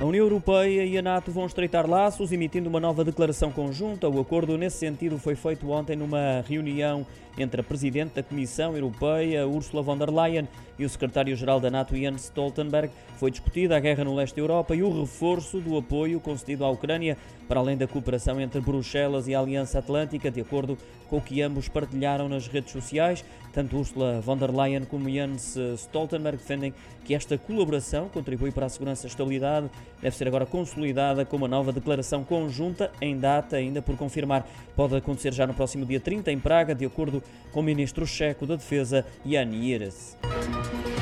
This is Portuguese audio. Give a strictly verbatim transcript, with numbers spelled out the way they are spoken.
A União Europeia e a NATO vão estreitar laços, emitindo uma nova declaração conjunta. O acordo nesse sentido foi feito ontem numa reunião entre a Presidente da Comissão Europeia, Ursula von der Leyen, e o Secretário-Geral da NATO, Jens Stoltenberg. Foi discutida a guerra no leste da Europa e o reforço do apoio concedido à Ucrânia, para além da cooperação entre Bruxelas e a Aliança Atlântica, de acordo com o que ambos partilharam nas redes sociais. Tanto Ursula von der Leyen como Jens Stoltenberg defendem que esta colaboração contribui para a segurança e estabilidade. Deve ser agora consolidada com uma nova declaração conjunta, em data ainda por confirmar. Pode acontecer já no próximo dia trinta em Praga, de acordo com o ministro checo da Defesa, Jan Jires.